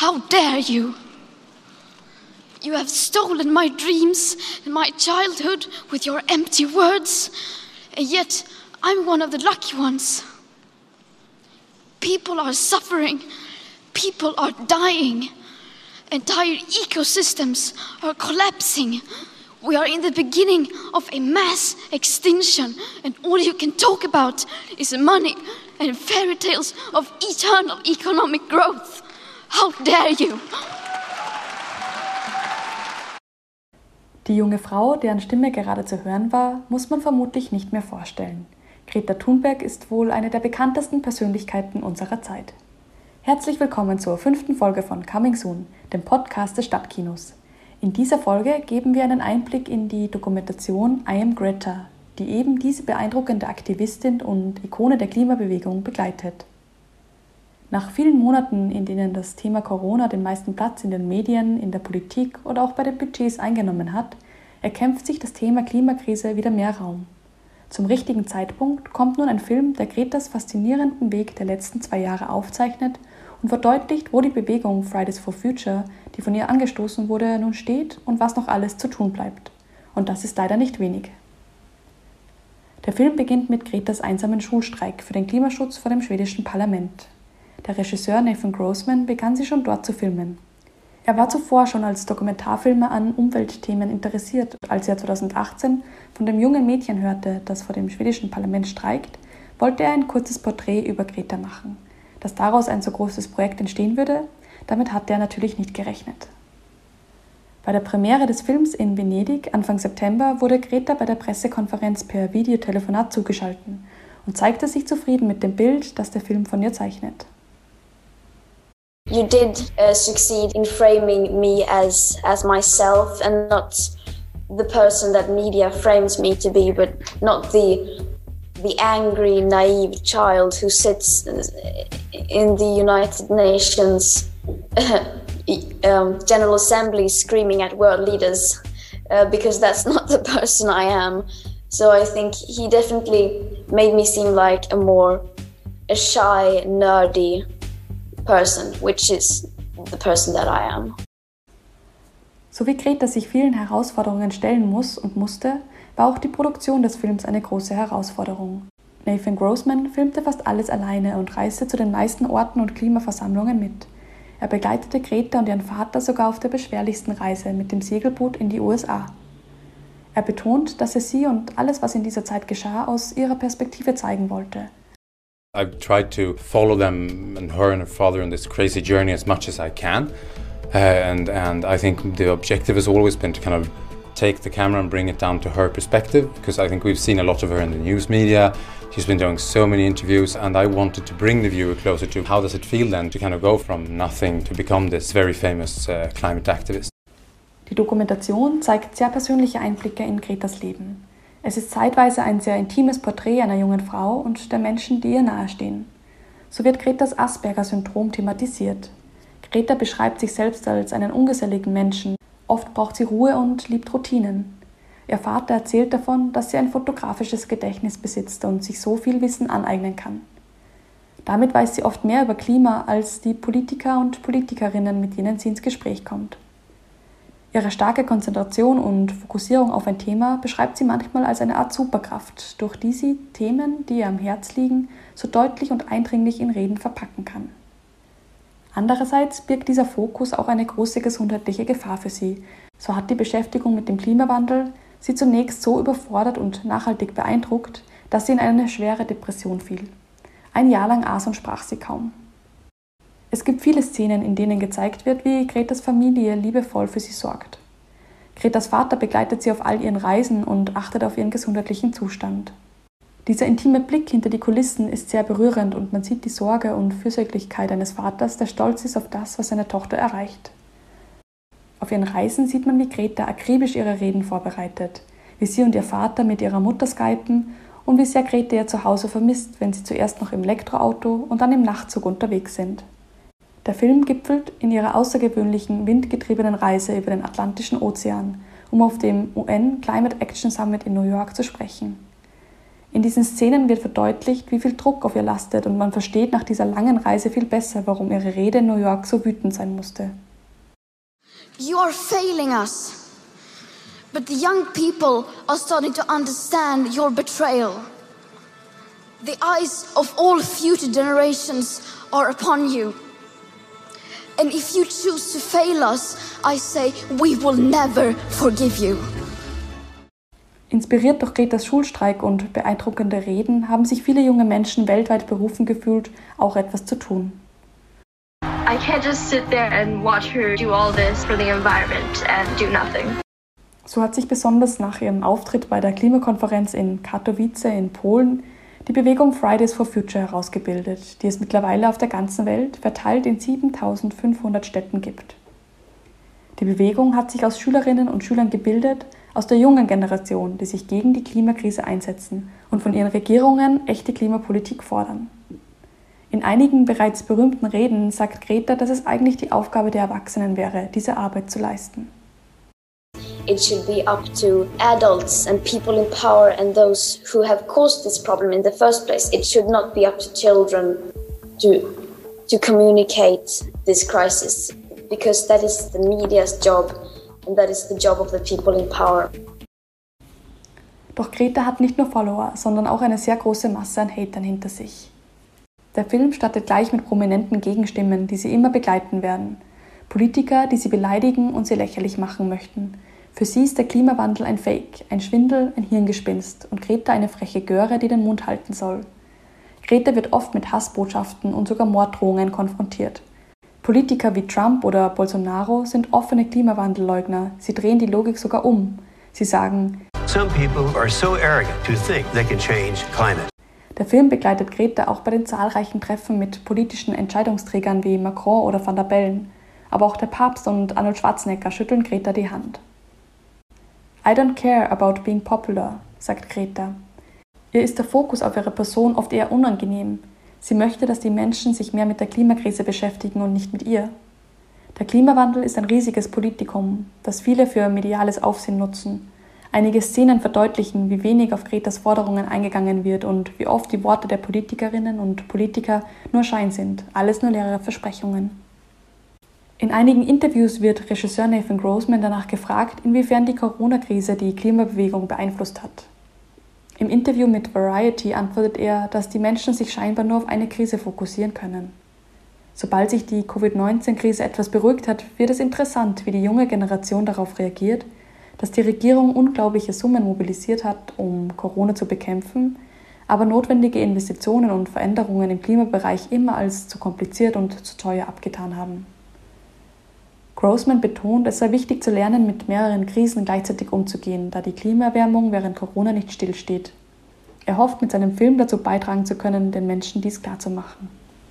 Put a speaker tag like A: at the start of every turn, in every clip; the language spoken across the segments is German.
A: How dare you? You have stolen my dreams and my childhood with your empty words, and yet I'm one of the lucky ones. People are suffering, people are dying, entire ecosystems are collapsing. We are in the beginning of a mass extinction, and all you can talk about is money and fairy tales of eternal economic growth. How dare you?
B: Die junge Frau, deren Stimme gerade zu hören war, muss man vermutlich nicht mehr vorstellen. Greta Thunberg ist wohl eine der bekanntesten Persönlichkeiten unserer Zeit. Herzlich willkommen zur 5. Folge von Coming Soon, dem Podcast des Stadtkinos. In dieser Folge geben wir einen Einblick in die Dokumentation I Am Greta, die eben diese beeindruckende Aktivistin und Ikone der Klimabewegung begleitet. Nach vielen Monaten, in denen das Thema Corona den meisten Platz in den Medien, in der Politik oder auch bei den Budgets eingenommen hat, erkämpft sich das Thema Klimakrise wieder mehr Raum. Zum richtigen Zeitpunkt kommt nun ein Film, der Gretas faszinierenden Weg der letzten 2 Jahre aufzeichnet und verdeutlicht, wo die Bewegung Fridays for Future, die von ihr angestoßen wurde, nun steht und was noch alles zu tun bleibt. Und das ist leider nicht wenig. Der Film beginnt mit Gretas einsamen Schulstreik für den Klimaschutz vor dem schwedischen Parlament. Der Regisseur Nathan Grossman begann sie schon dort zu filmen. Er war zuvor schon als Dokumentarfilmer an Umweltthemen interessiert. Als er 2018 von dem jungen Mädchen hörte, das vor dem schwedischen Parlament streikt, wollte er ein kurzes Porträt über Greta machen. Dass daraus ein so großes Projekt entstehen würde, damit hatte er natürlich nicht gerechnet. Bei der Premiere des Films in Venedig Anfang September wurde Greta bei der Pressekonferenz per Videotelefonat zugeschaltet und zeigte sich zufrieden mit dem Bild, das der Film von ihr zeichnet.
C: You did succeed in framing me as myself and not the person that media frames me to be, but not the angry, naive child who sits in the United Nations General Assembly screaming at world leaders, because that's not the person I am. So I think he definitely made me seem like a shy, nerdy person, which is the person that I am.
B: So wie Greta sich vielen Herausforderungen stellen muss und musste, war auch die Produktion des Films eine große Herausforderung. Nathan Grossman filmte fast alles alleine und reiste zu den meisten Orten und Klimaversammlungen mit. Er begleitete Greta und ihren Vater sogar auf der beschwerlichsten Reise mit dem Segelboot in die USA. Er betont, dass er sie und alles, was in dieser Zeit geschah, aus ihrer Perspektive zeigen wollte.
D: I've tried to follow them and her and her father on this crazy journey as much as I can, and I think the objective has always been to kind of take the camera and bring it down to her perspective, because I think we've seen a lot of her in the news media. She's been doing so many interviews, and I wanted to bring the viewer closer to how does it feel then to kind of go from nothing to become this very famous climate activist.
B: Die Dokumentation zeigt sehr persönliche Einblicke in Gretas Leben. Es ist zeitweise ein sehr intimes Porträt einer jungen Frau und der Menschen, die ihr nahestehen. So wird Gretas Asperger-Syndrom thematisiert. Greta beschreibt sich selbst als einen ungeselligen Menschen. Oft braucht sie Ruhe und liebt Routinen. Ihr Vater erzählt davon, dass sie ein fotografisches Gedächtnis besitzt und sich so viel Wissen aneignen kann. Damit weiß sie oft mehr über Klima als die Politiker und Politikerinnen, mit denen sie ins Gespräch kommt. Ihre starke Konzentration und Fokussierung auf ein Thema beschreibt sie manchmal als eine Art Superkraft, durch die sie Themen, die ihr am Herz liegen, so deutlich und eindringlich in Reden verpacken kann. Andererseits birgt dieser Fokus auch eine große gesundheitliche Gefahr für sie. So hat die Beschäftigung mit dem Klimawandel sie zunächst so überfordert und nachhaltig beeindruckt, dass sie in eine schwere Depression fiel. 1 Jahr lang aß und sprach sie kaum. Es gibt viele Szenen, in denen gezeigt wird, wie Gretas Familie liebevoll für sie sorgt. Gretas Vater begleitet sie auf all ihren Reisen und achtet auf ihren gesundheitlichen Zustand. Dieser intime Blick hinter die Kulissen ist sehr berührend und man sieht die Sorge und Fürsorglichkeit eines Vaters, der stolz ist auf das, was seine Tochter erreicht. Auf ihren Reisen sieht man, wie Greta akribisch ihre Reden vorbereitet, wie sie und ihr Vater mit ihrer Mutter skypen und wie sehr Greta ihr Zuhause vermisst, wenn sie zuerst noch im Elektroauto und dann im Nachtzug unterwegs sind. Der Film gipfelt in ihrer außergewöhnlichen, windgetriebenen Reise über den Atlantischen Ozean, um auf dem UN Climate Action Summit in New York zu sprechen. In diesen Szenen wird verdeutlicht, wie viel Druck auf ihr lastet und man versteht nach dieser langen Reise viel besser, warum ihre Rede in New York so wütend sein musste.
A: You are failing us, but the young people are starting to understand your betrayal. The eyes of all future generations are upon you. And if you choose to fail us, I say we will never forgive you.
B: Inspiriert durch Gretas Schulstreik und beeindruckende Reden haben sich viele junge Menschen weltweit berufen gefühlt, auch etwas zu tun.
E: I can't just sit there and watch her do all this for the environment and do nothing.
B: So hat sich besonders nach ihrem Auftritt bei der Klimakonferenz in Katowice in Polen die Bewegung Fridays for Future herausgebildet, die es mittlerweile auf der ganzen Welt verteilt in 7.500 Städten gibt. Die Bewegung hat sich aus Schülerinnen und Schülern gebildet, aus der jungen Generation, die sich gegen die Klimakrise einsetzen und von ihren Regierungen echte Klimapolitik fordern. In einigen bereits berühmten Reden sagt Greta, dass es eigentlich die Aufgabe der Erwachsenen wäre, diese Arbeit zu leisten.
C: It should be up to adults and people in power and those who have caused this problem in the first place. It should not be up to children to communicate this crisis, because that is the media's job and that is the job of the people in power.
B: Doch Greta hat nicht nur Follower, sondern auch eine sehr große Masse an Hatern hinter sich. Der Film startet gleich mit prominenten Gegenstimmen, die sie immer begleiten werden. Politiker, die sie beleidigen und sie lächerlich machen möchten. Für sie ist der Klimawandel ein Fake, ein Schwindel, ein Hirngespinst und Greta eine freche Göre, die den Mund halten soll. Greta wird oft mit Hassbotschaften und sogar Morddrohungen konfrontiert. Politiker wie Trump oder Bolsonaro sind offene Klimawandelleugner. Sie drehen die Logik sogar um. Sie sagen,
F: Some people are so arrogant to think they can change climate.
B: Der Film begleitet Greta auch bei den zahlreichen Treffen mit politischen Entscheidungsträgern wie Macron oder Van der Bellen. Aber auch der Papst und Arnold Schwarzenegger schütteln Greta die Hand. I don't care about being popular, sagt Greta. Ihr ist der Fokus auf ihre Person oft eher unangenehm. Sie möchte, dass die Menschen sich mehr mit der Klimakrise beschäftigen und nicht mit ihr. Der Klimawandel ist ein riesiges Politikum, das viele für mediales Aufsehen nutzen. Einige Szenen verdeutlichen, wie wenig auf Gretas Forderungen eingegangen wird und wie oft die Worte der Politikerinnen und Politiker nur Schein sind, alles nur leere Versprechungen. In einigen Interviews wird Regisseur Nathan Grossman danach gefragt, inwiefern die Corona-Krise die Klimabewegung beeinflusst hat. Im Interview mit Variety antwortet er, dass die Menschen sich scheinbar nur auf eine Krise fokussieren können. Sobald sich die Covid-19-Krise etwas beruhigt hat, wird es interessant, wie die junge Generation darauf reagiert, dass die Regierung unglaubliche Summen mobilisiert hat, um Corona zu bekämpfen, aber notwendige Investitionen und Veränderungen im Klimabereich immer als zu kompliziert und zu teuer abgetan haben. Grossman betont, es sei wichtig zu lernen, mit mehreren Krisen gleichzeitig umzugehen, da die Klimaerwärmung während Corona nicht stillsteht. Er hofft, mit seinem Film dazu beitragen zu können, den Menschen dies klarzumachen.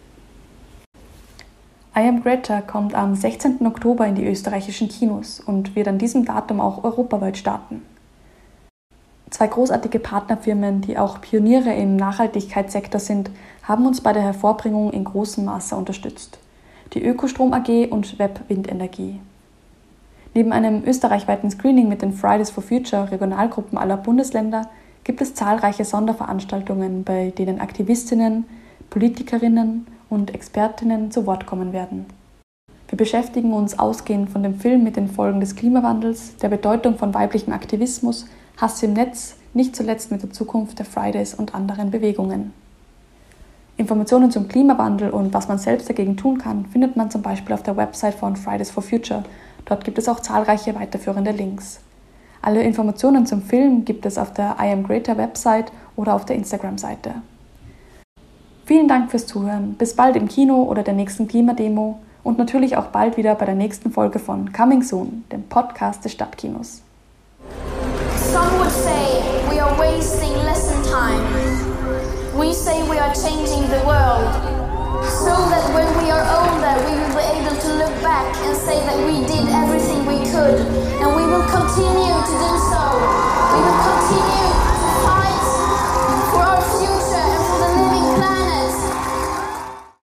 B: I Am Greta kommt am 16. Oktober in die österreichischen Kinos und wird an diesem Datum auch europaweit starten. 2 großartige Partnerfirmen, die auch Pioniere im Nachhaltigkeitssektor sind, haben uns bei der Hervorbringung in großem Maße unterstützt. Die Ökostrom AG und Web Windenergie. Neben einem österreichweiten Screening mit den Fridays for Future Regionalgruppen aller Bundesländer gibt es zahlreiche Sonderveranstaltungen, bei denen Aktivistinnen, Politikerinnen und Expertinnen zu Wort kommen werden. Wir beschäftigen uns ausgehend von dem Film mit den Folgen des Klimawandels, der Bedeutung von weiblichem Aktivismus, Hass im Netz, nicht zuletzt mit der Zukunft der Fridays und anderen Bewegungen. Informationen zum Klimawandel und was man selbst dagegen tun kann, findet man zum Beispiel auf der Website von Fridays for Future. Dort gibt es auch zahlreiche weiterführende Links. Alle Informationen zum Film gibt es auf der I Am Greta Website oder auf der Instagram-Seite. Vielen Dank fürs Zuhören. Bis bald im Kino oder der nächsten Klimademo und natürlich auch bald wieder bei der nächsten Folge von Coming Soon, dem Podcast des Stadtkinos.
A: Some would say we are wasting lesson time. We say we are changing the world, so that when we are older we will be able to look back and say that we did everything we could, and we will continue to do so. We will continue